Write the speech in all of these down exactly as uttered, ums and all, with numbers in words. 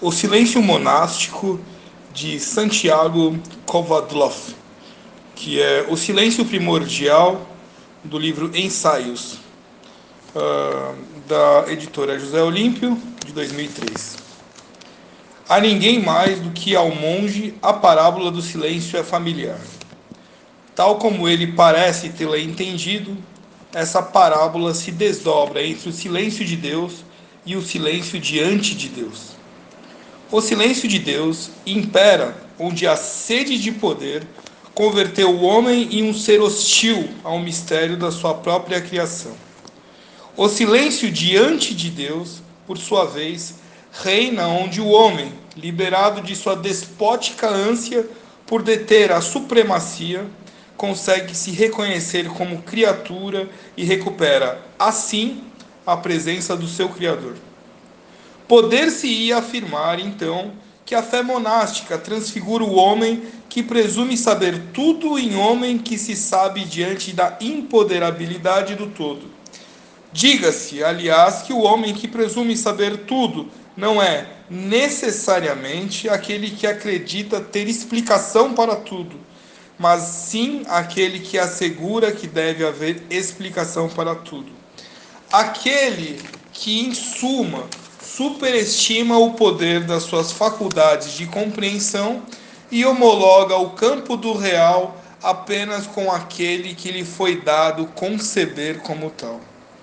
O Silêncio Monástico, de Santiago Kovadlov, que é O Silêncio Primordial, do livro Ensaios, uh, da editora José Olímpio, de dois mil e três. A ninguém mais do que ao monge a parábola do silêncio é familiar. Tal como ele parece tê-la entendido, essa parábola se desdobra entre o silêncio de Deus e o silêncio diante de Deus. O silêncio de Deus impera onde a sede de poder converteu o homem em um ser hostil ao mistério da sua própria criação. O silêncio diante de Deus, por sua vez, reina onde o homem, liberado de sua despótica ânsia por deter a supremacia, consegue se reconhecer como criatura e recupera, assim, a presença do seu Criador. Poder-se-ia afirmar, então, que a fé monástica transfigura o homem que presume saber tudo em homem que se sabe diante da imponderabilidade do todo. Diga-se, aliás, que o homem que presume saber tudo não é necessariamente aquele que acredita ter explicação para tudo, mas sim aquele que assegura que deve haver explicação para tudo. Aquele que, em suma, superestima o poder das suas faculdades de compreensão e homologa o campo do real apenas com aquele que lhe foi dado conceber como tal.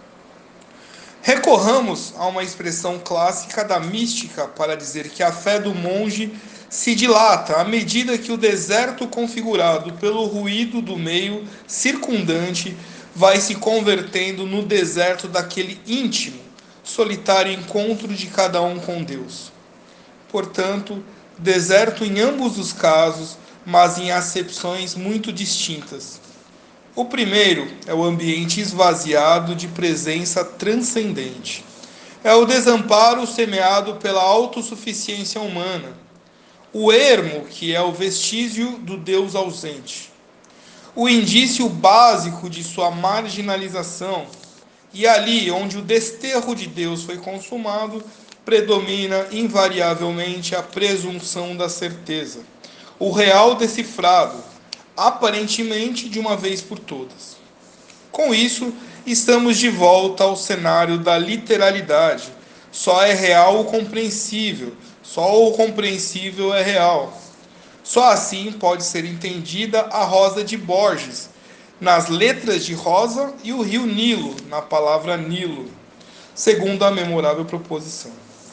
Recorramos a uma expressão clássica da mística para dizer que a fé do monge se dilata à medida que o deserto configurado pelo ruído do meio circundante vai se convertendo no deserto daquele íntimo, solitário encontro de cada um com Deus. Portanto, deserto em ambos os casos, mas em acepções muito distintas. O primeiro é o ambiente esvaziado de presença transcendente. É o desamparo semeado pela autossuficiência humana. O ermo, que é o vestígio do Deus ausente. O indício básico de sua marginalização. E ali, onde o desterro de Deus foi consumado, predomina invariavelmente a presunção da certeza. O real decifrado, aparentemente de uma vez por todas. Com isso, estamos de volta ao cenário da literalidade. Só é real o compreensível, só o compreensível é real. Só assim pode ser entendida a Rosa de Borges, nas letras de Rosa, e o rio Nilo, na palavra Nilo, segundo a memorável proposição.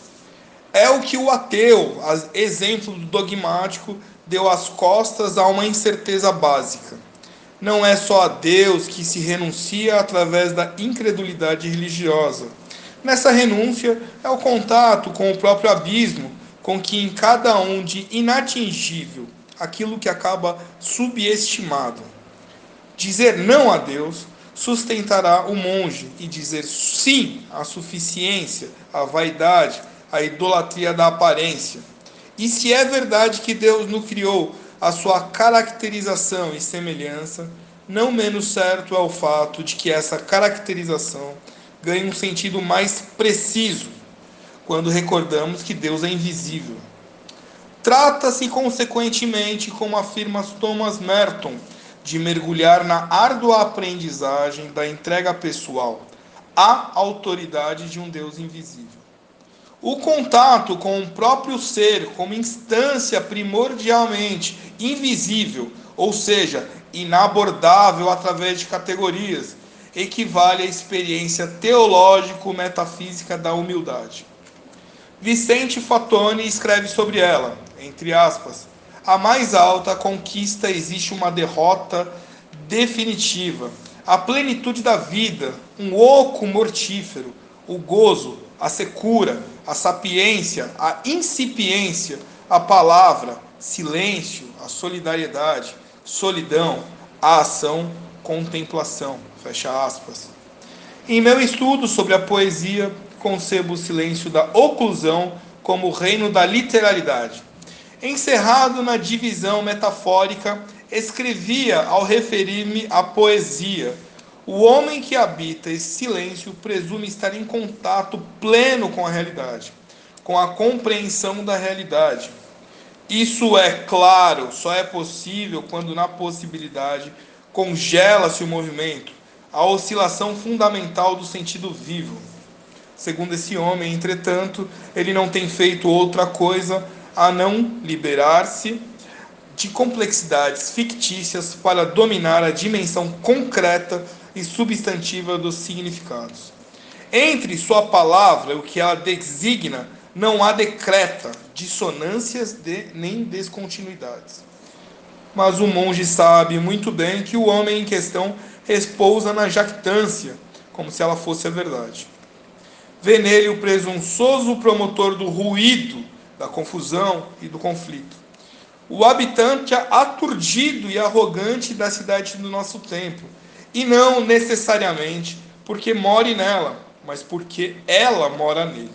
É o que o ateu, exemplo do dogmático, deu as costas a uma incerteza básica. Não é só a Deus que se renuncia através da incredulidade religiosa. Nessa renúncia é o contato com o próprio abismo, com que em cada um de inatingível, aquilo que acaba subestimado. Dizer não a Deus sustentará o monge, e dizer sim à suficiência, à vaidade, à idolatria da aparência. E se é verdade que Deus nos criou a sua caracterização e semelhança, não menos certo é o fato de que essa caracterização ganha um sentido mais preciso quando recordamos que Deus é invisível. Trata-se, consequentemente, como afirma Thomas Merton, de mergulhar na árdua aprendizagem da entrega pessoal à autoridade de um Deus invisível. O contato com o próprio ser como instância primordialmente invisível, ou seja, inabordável através de categorias, equivale à experiência teológico-metafísica da humildade. Vicente Fatoni escreve sobre ela, entre aspas, a mais alta conquista existe uma derrota definitiva, a plenitude da vida, um oco mortífero, o gozo, a secura, a sapiência, a incipiência, a palavra, silêncio, a solidariedade, solidão, a ação, contemplação. Fecha aspas. Em meu estudo sobre a poesia, concebo o silêncio da oclusão como o reino da literalidade. Encerrado na divisão metafórica, escrevia ao referir-me à poesia. O homem que habita esse silêncio presume estar em contato pleno com a realidade. com a compreensão da realidade. Isso é claro, só é possível quando na possibilidade congela-se o movimento, a oscilação fundamental do sentido vivo. Segundo esse homem, entretanto, ele não tem feito outra coisa a não liberar-se de complexidades fictícias para dominar a dimensão concreta e substantiva dos significados. Entre sua palavra e o que ela designa, não há decreta, dissonâncias de, nem descontinuidades. Mas o monge sabe muito bem que o homem em questão repousa na jactância, como se ela fosse a verdade. Vê nele o presunçoso promotor do ruído, da confusão e do conflito. O habitante aturdido e arrogante da cidade do nosso tempo, e não necessariamente porque more nela, mas porque ela mora nele.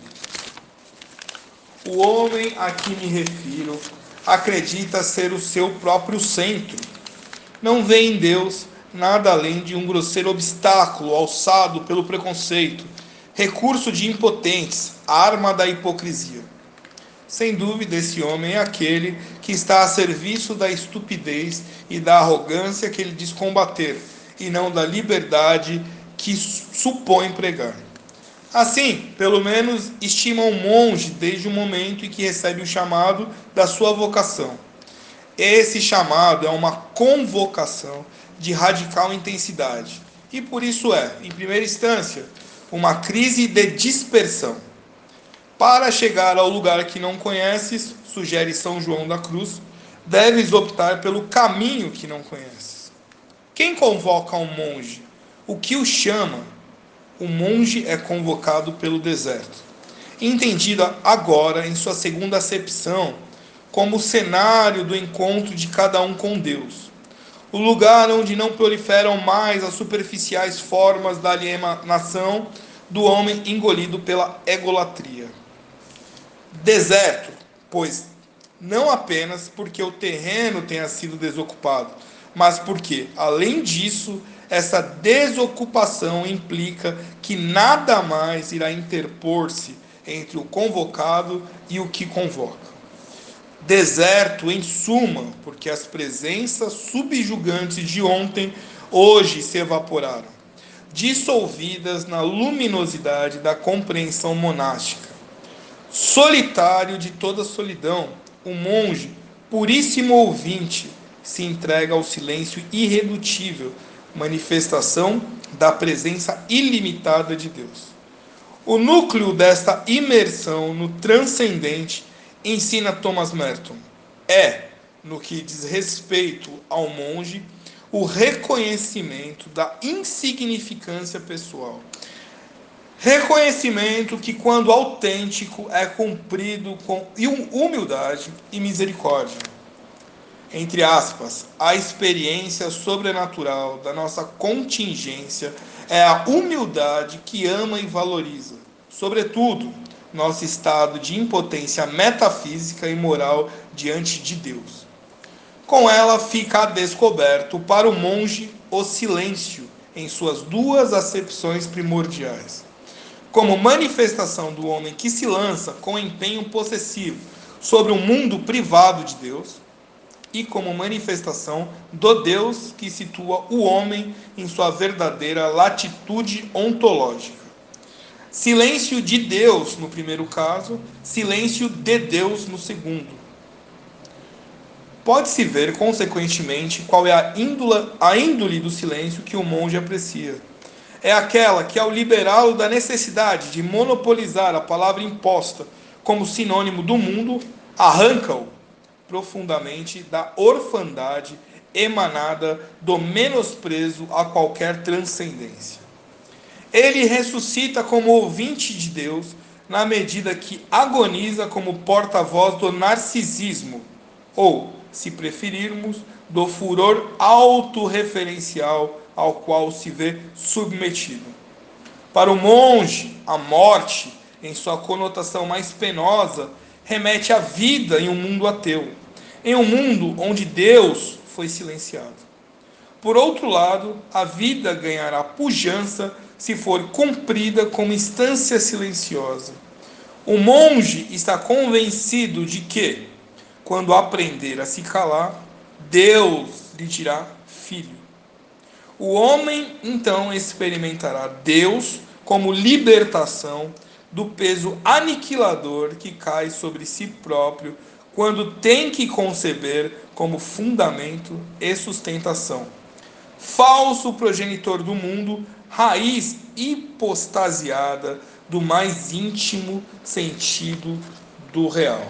O homem a que me refiro acredita ser o seu próprio centro. Não vê em Deus nada além de um grosseiro obstáculo alçado pelo preconceito, recurso de impotentes, arma da hipocrisia. Sem dúvida, esse homem é aquele que está a serviço da estupidez e da arrogância que ele diz combater, e não da liberdade que supõe pregar. Assim, pelo menos, estima o monge desde o momento em que recebe o chamado da sua vocação. Esse chamado é uma convocação de radical intensidade, e por isso é, em primeira instância, uma crise de dispersão. Para chegar ao lugar que não conheces, sugere São João da Cruz, deves optar pelo caminho que não conheces. Quem convoca um monge? O que o chama? O monge é convocado pelo deserto. Entendida agora, em sua segunda acepção, como o cenário do encontro de cada um com Deus. O lugar onde não proliferam mais as superficiais formas da alienação do homem engolido pela egolatria. Deserto, pois não apenas porque o terreno tenha sido desocupado, mas porque, além disso, essa desocupação implica que nada mais irá interpor-se entre o convocado e o que convoca. Deserto, em suma, porque as presenças subjugantes de ontem, hoje se evaporaram, dissolvidas na luminosidade da compreensão monástica. Solitário de toda solidão, o monge, puríssimo ouvinte, se entrega ao silêncio irredutível, manifestação da presença ilimitada de Deus. O núcleo desta imersão no transcendente, ensina Thomas Merton, é, no que diz respeito ao monge, o reconhecimento da insignificância pessoal. Reconhecimento que, quando autêntico, é cumprido com humildade e misericórdia. Entre aspas, a experiência sobrenatural da nossa contingência é a humildade que ama e valoriza, sobretudo, nosso estado de impotência metafísica e moral diante de Deus. Com ela fica a descoberto para o monge o silêncio em suas duas acepções primordiais. Como manifestação do homem que se lança com empenho possessivo sobre um mundo privado de Deus, e como manifestação do Deus que situa o homem em sua verdadeira latitude ontológica. Silêncio de Deus no primeiro caso, silêncio de Deus no segundo. Pode-se ver, consequentemente, qual é a índole, a índole do silêncio que o monge aprecia. É aquela que, ao liberá-lo da necessidade de monopolizar a palavra imposta como sinônimo do mundo, arranca-o profundamente da orfandade emanada do menosprezo a qualquer transcendência. Ele ressuscita como ouvinte de Deus, na medida que agoniza como porta-voz do narcisismo, ou, se preferirmos, do furor autorreferencial ao qual se vê submetido. Para o monge, a morte, em sua conotação mais penosa, remete à vida em um mundo ateu, em um mundo onde Deus foi silenciado. Por outro lado, a vida ganhará pujança se for cumprida como instância silenciosa. O monge está convencido de que, quando aprender a se calar, Deus lhe dirá filho. O homem então experimentará Deus como libertação do peso aniquilador que cai sobre si próprio quando tem que conceber como fundamento e sustentação. Falso progenitor do mundo, raiz hipostasiada do mais íntimo sentido do real.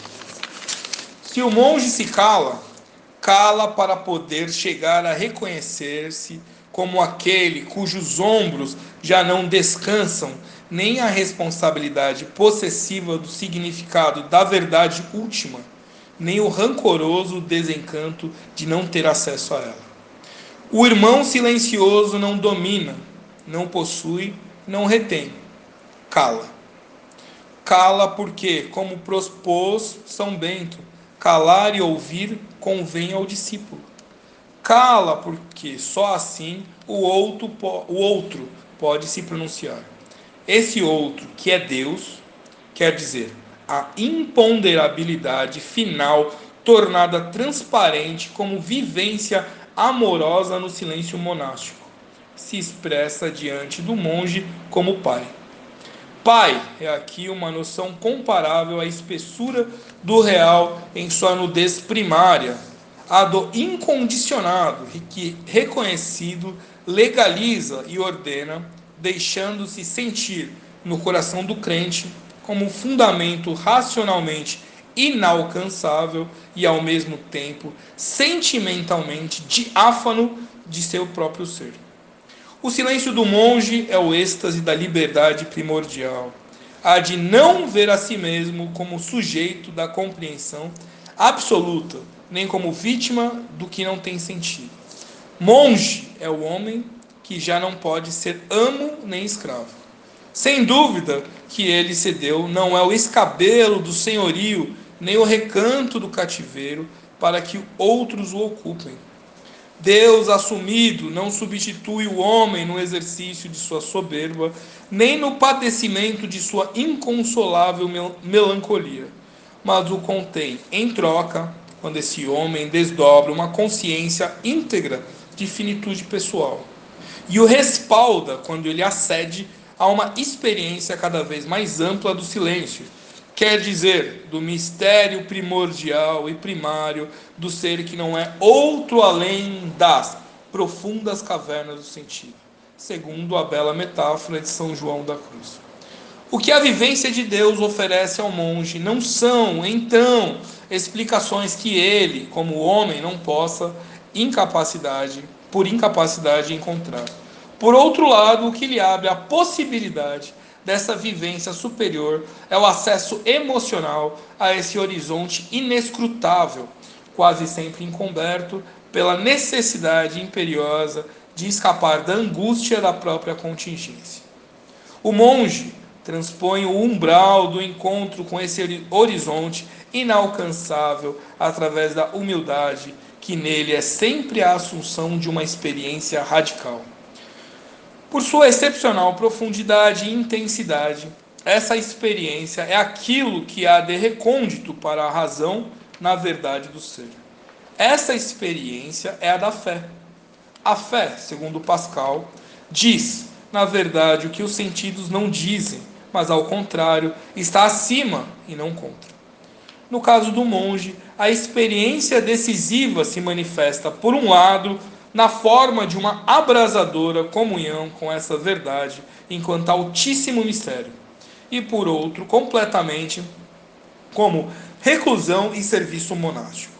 Se o monge se cala, cala para poder chegar a reconhecer-se como aquele cujos ombros já não descansam nem a responsabilidade possessiva do significado da verdade última, nem o rancoroso desencanto de não ter acesso a ela. O irmão silencioso não domina, não possui, não retém. Cala. Cala porque, como propôs São Bento, calar e ouvir convém ao discípulo. Cala porque só assim o outro, o outro pode se pronunciar. Esse outro, que é Deus, quer dizer, a imponderabilidade final tornada transparente como vivência amorosa no silêncio monástico, se expressa diante do monge como pai. Pai é aqui uma noção comparável à espessura do real em sua nudez primária, a do incondicionado, que reconhecido legaliza e ordena, deixando-se sentir no coração do crente como fundamento racionalmente inalcançável e ao mesmo tempo sentimentalmente diáfano de seu próprio ser. O silêncio do monge é o êxtase da liberdade primordial, a de não ver a si mesmo como sujeito da compreensão absoluta, nem como vítima do que não tem sentido. Monge é o homem que já não pode ser amo nem escravo. Sem dúvida que ele cedeu não é o escabelo do senhorio, nem o recanto do cativeiro, para que outros o ocupem. Deus assumido não substitui o homem no exercício de sua soberba, nem no padecimento de sua inconsolável melancolia, mas o contém em troca, quando esse homem desdobra uma consciência íntegra de finitude pessoal, e o respalda quando ele acede a uma experiência cada vez mais ampla do silêncio, quer dizer, do mistério primordial e primário do ser que não é outro além das profundas cavernas do sentido, segundo a bela metáfora de São João da Cruz. O que a vivência de Deus oferece ao monge não são, então, explicações que ele, como homem, não possa, incapacidade, por incapacidade, encontrar. Por outro lado, o que lhe abre a possibilidade dessa vivência superior é o acesso emocional a esse horizonte inescrutável, quase sempre encoberto pela necessidade imperiosa de escapar da angústia da própria contingência. O monge transpõe o umbral do encontro com esse horizonte inalcançável através da humildade, que nele é sempre a assunção de uma experiência radical. Por sua excepcional profundidade e intensidade, essa experiência é aquilo que há de recôndito para a razão na verdade do ser. Essa experiência é a da fé. A fé, segundo Pascal, diz, na verdade, o que os sentidos não dizem, mas, ao contrário, está acima e não contra. No caso do monge, a experiência decisiva se manifesta, por um lado, na forma de uma abrasadora comunhão com essa verdade, enquanto altíssimo mistério, e por outro, completamente, como reclusão e serviço monástico.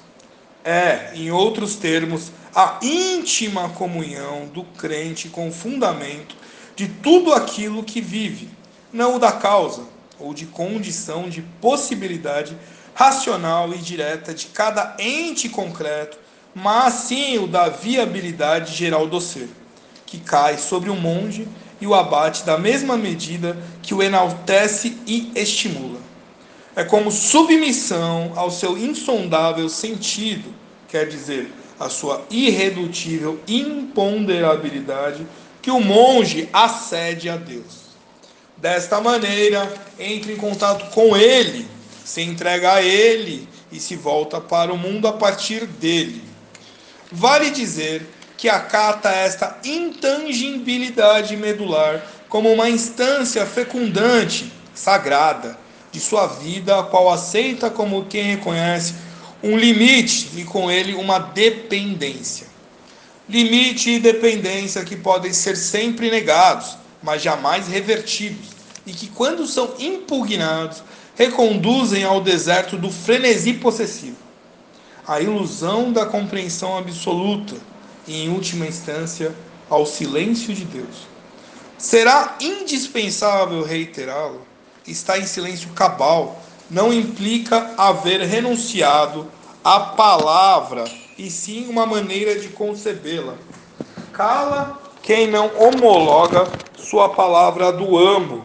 É, em outros termos, a íntima comunhão do crente com o fundamento de tudo aquilo que vive, não o da causa, ou de condição de possibilidade racional e direta de cada ente concreto, mas sim o da viabilidade geral do ser, que cai sobre o monge e o abate da mesma medida que o enaltece e estimula. É como submissão ao seu insondável sentido, quer dizer, a sua irredutível imponderabilidade, que o monge acede a Deus. Desta maneira, entra em contato com ele, se entrega a ele e se volta para o mundo a partir dele. Vale dizer que acata esta intangibilidade medular como uma instância fecundante, sagrada, de sua vida, a qual aceita como quem reconhece um limite e com ele uma dependência. Limite e dependência que podem ser sempre negados, mas jamais revertidos, e que, quando são impugnados, reconduzem ao deserto do frenesi possessivo, a ilusão da compreensão absoluta e, em última instância, ao silêncio de Deus. Será indispensável reiterá-lo. Estar em silêncio cabal não implica haver renunciado à palavra, e sim uma maneira de concebê-la. Cala quem não homologa sua palavra do amo.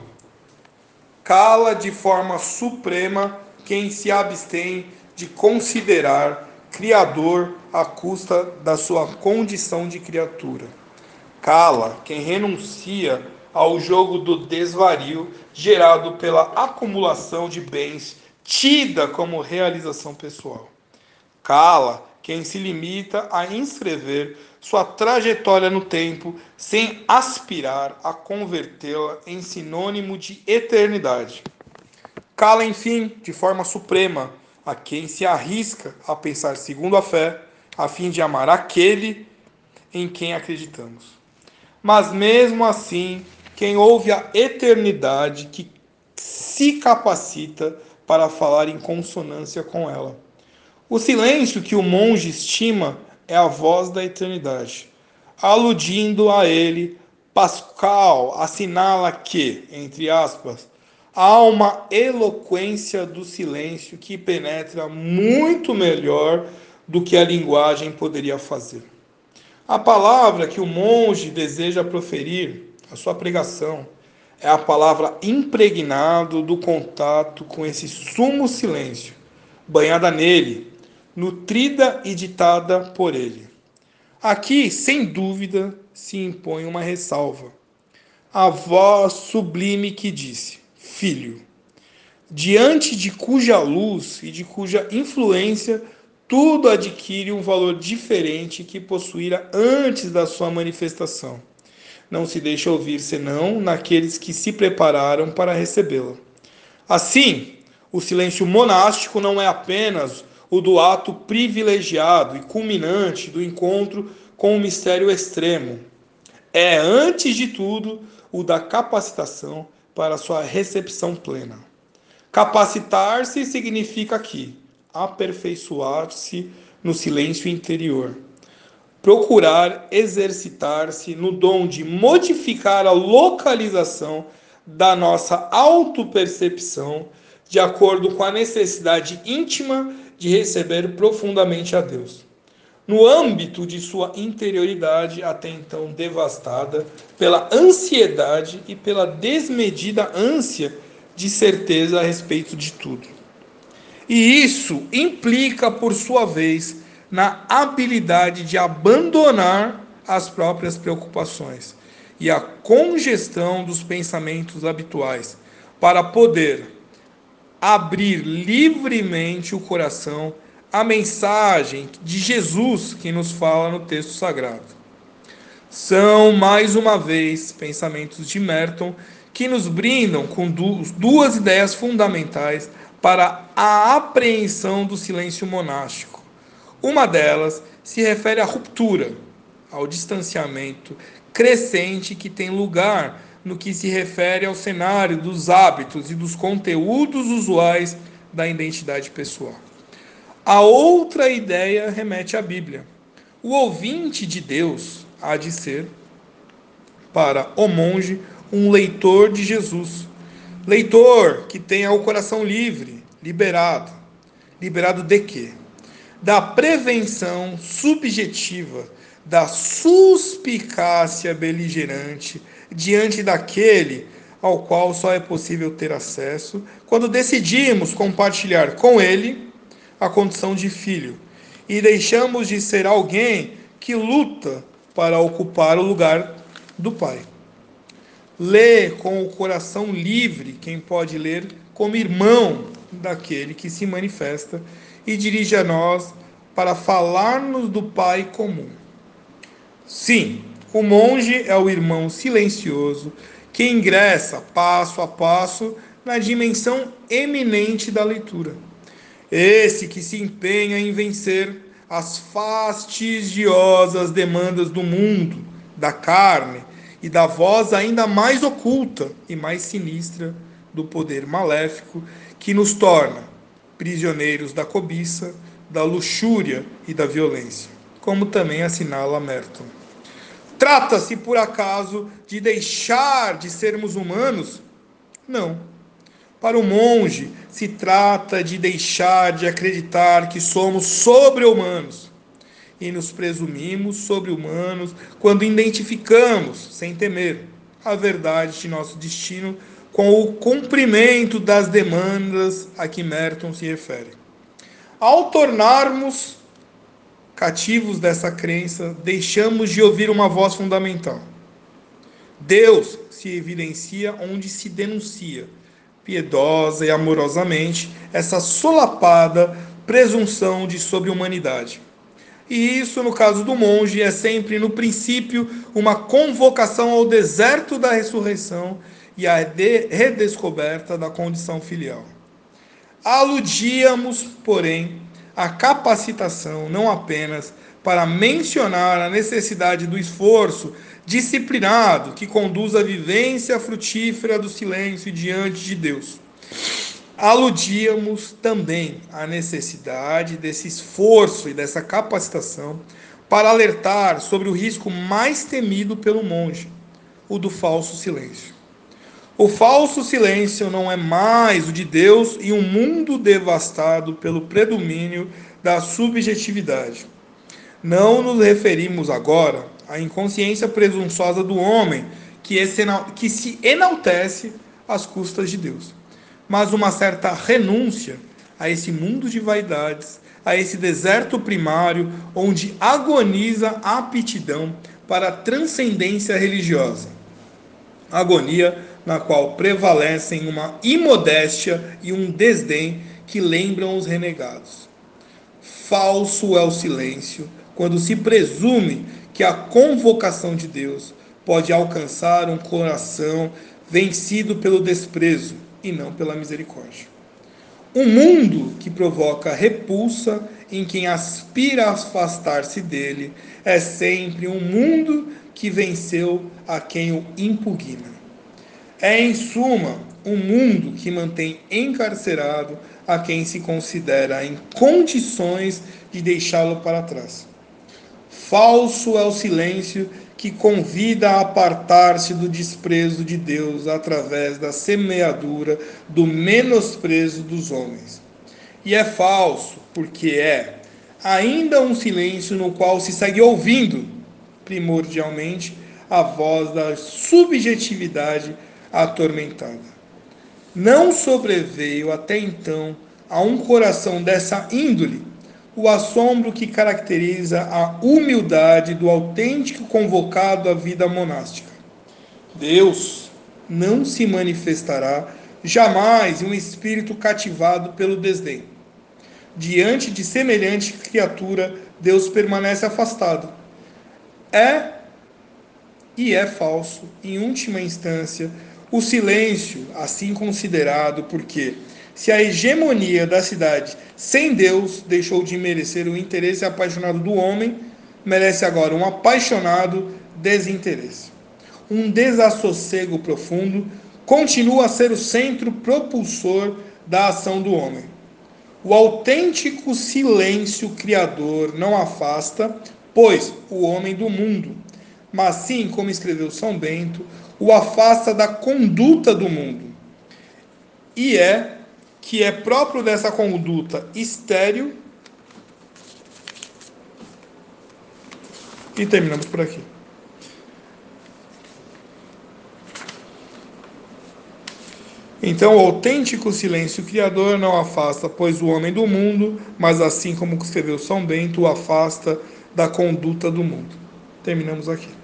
Cala de forma suprema quem se abstém de considerar Criador à custa da sua condição de criatura. Cala quem renuncia ao jogo do desvario gerado pela acumulação de bens tida como realização pessoal. Cala quem se limita a inscrever sua trajetória no tempo sem aspirar a convertê-la em sinônimo de eternidade. Cala, enfim, de forma suprema, a quem se arrisca a pensar segundo a fé, a fim de amar aquele em quem acreditamos. Mas mesmo assim, quem ouve a eternidade que se capacita para falar em consonância com ela. O silêncio que o monge estima é a voz da eternidade. Aludindo a ele, Pascal assinala que, entre aspas, há uma eloquência do silêncio que penetra muito melhor do que a linguagem poderia fazer. A palavra que o monge deseja proferir, a sua pregação, é a palavra impregnada do contato com esse sumo silêncio, banhada nele, nutrida e ditada por ele. Aqui, sem dúvida, se impõe uma ressalva. A voz sublime que disse, filho, diante de cuja luz e de cuja influência tudo adquire um valor diferente que possuíra antes da sua manifestação. Não se deixa ouvir senão naqueles que se prepararam para recebê-la. Assim, o silêncio monástico não é apenas o do ato privilegiado e culminante do encontro com o mistério extremo. É, antes de tudo, o da capacitação para sua recepção plena. Capacitar-se significa aqui aperfeiçoar-se no silêncio interior. Procurar exercitar-se no dom de modificar a localização da nossa autopercepção de acordo com a necessidade íntima de receber profundamente a Deus, no âmbito de sua interioridade até então devastada pela ansiedade e pela desmedida ânsia de certeza a respeito de tudo. E isso implica, por sua vez, na habilidade de abandonar as próprias preocupações e a congestão dos pensamentos habituais para poder abrir livremente o coração à mensagem de Jesus que nos fala no texto sagrado. São, mais uma vez, pensamentos de Merton que nos brindam com duas ideias fundamentais para a apreensão do silêncio monástico. Uma delas se refere à ruptura, ao distanciamento crescente que tem lugar no que se refere ao cenário dos hábitos e dos conteúdos usuais da identidade pessoal. A outra ideia remete à Bíblia. O ouvinte de Deus há de ser, para o monge, um leitor de Jesus. Leitor que tenha o coração livre, liberado. Liberado de quê? Da prevenção subjetiva, da suspicácia beligerante diante daquele ao qual só é possível ter acesso quando decidimos compartilhar com ele a condição de filho e deixamos de ser alguém que luta para ocupar o lugar do pai. Lê com o coração livre, quem pode ler como irmão daquele que se manifesta e dirige a nós para falar-nos do Pai comum. Sim, o monge é o irmão silencioso que ingressa passo a passo na dimensão eminente da leitura. Esse que se empenha em vencer as fastidiosas demandas do mundo, da carne e da voz ainda mais oculta e mais sinistra do poder maléfico que nos torna prisioneiros da cobiça, da luxúria e da violência, como também assinala Merton. Trata-se, por acaso, de deixar de sermos humanos? Não. Para o monge, se trata de deixar de acreditar que somos sobre-humanos e nos presumimos sobre-humanos quando identificamos, sem temer, a verdade de nosso destino com o cumprimento das demandas a que Merton se refere. Ao tornarmos cativos dessa crença, deixamos de ouvir uma voz fundamental. Deus se evidencia onde se denuncia, piedosa e amorosamente, essa solapada presunção de sobre-humanidade. E isso, no caso do monge, é sempre, no princípio, uma convocação ao deserto da ressurreição e à redescoberta da condição filial. Aludíamos, porém, à capacitação não apenas para mencionar a necessidade do esforço disciplinado que conduz à vivência frutífera do silêncio diante de Deus. Aludíamos também à necessidade desse esforço e dessa capacitação para alertar sobre o risco mais temido pelo monge, o do falso silêncio. O falso silêncio não é mais o de Deus e um mundo devastado pelo predomínio da subjetividade. Não nos referimos agora à inconsciência presunçosa do homem que, que se enaltece às custas de Deus, mas uma certa renúncia a esse mundo de vaidades, a esse deserto primário onde agoniza a aptidão para a transcendência religiosa. Agonia na qual prevalecem uma imodéstia e um desdém que lembram os renegados. Falso é o silêncio quando se presume que a convocação de Deus pode alcançar um coração vencido pelo desprezo e não pela misericórdia. Um mundo que provoca repulsa em quem aspira a afastar-se dele é sempre um mundo que venceu a quem o impugna. É, em suma, um mundo que mantém encarcerado a quem se considera em condições de deixá-lo para trás. Falso é o silêncio que convida a apartar-se do desprezo de Deus através da semeadura do menosprezo dos homens. E é falso porque é ainda um silêncio no qual se segue ouvindo, primordialmente, a voz da subjetividade atormentada. Não sobreveio até então a um coração dessa índole o assombro que caracteriza a humildade do autêntico convocado à vida monástica. Deus não se manifestará jamais em um espírito cativado pelo desdém. Diante de semelhante criatura, Deus permanece afastado. É e é falso, em última instância, o silêncio, assim considerado, porque se a hegemonia da cidade sem Deus deixou de merecer o interesse apaixonado do homem, merece agora um apaixonado desinteresse. Um desassossego profundo continua a ser o centro propulsor da ação do homem. O autêntico silêncio criador não afasta, pois, o homem do mundo, mas sim, como escreveu São Bento, o afasta da conduta do mundo. E é que é próprio dessa conduta estéril. E terminamos por aqui. Então, o autêntico silêncio criador não afasta, pois, o homem do mundo, mas assim como escreveu São Bento, o afasta da conduta do mundo. Terminamos aqui.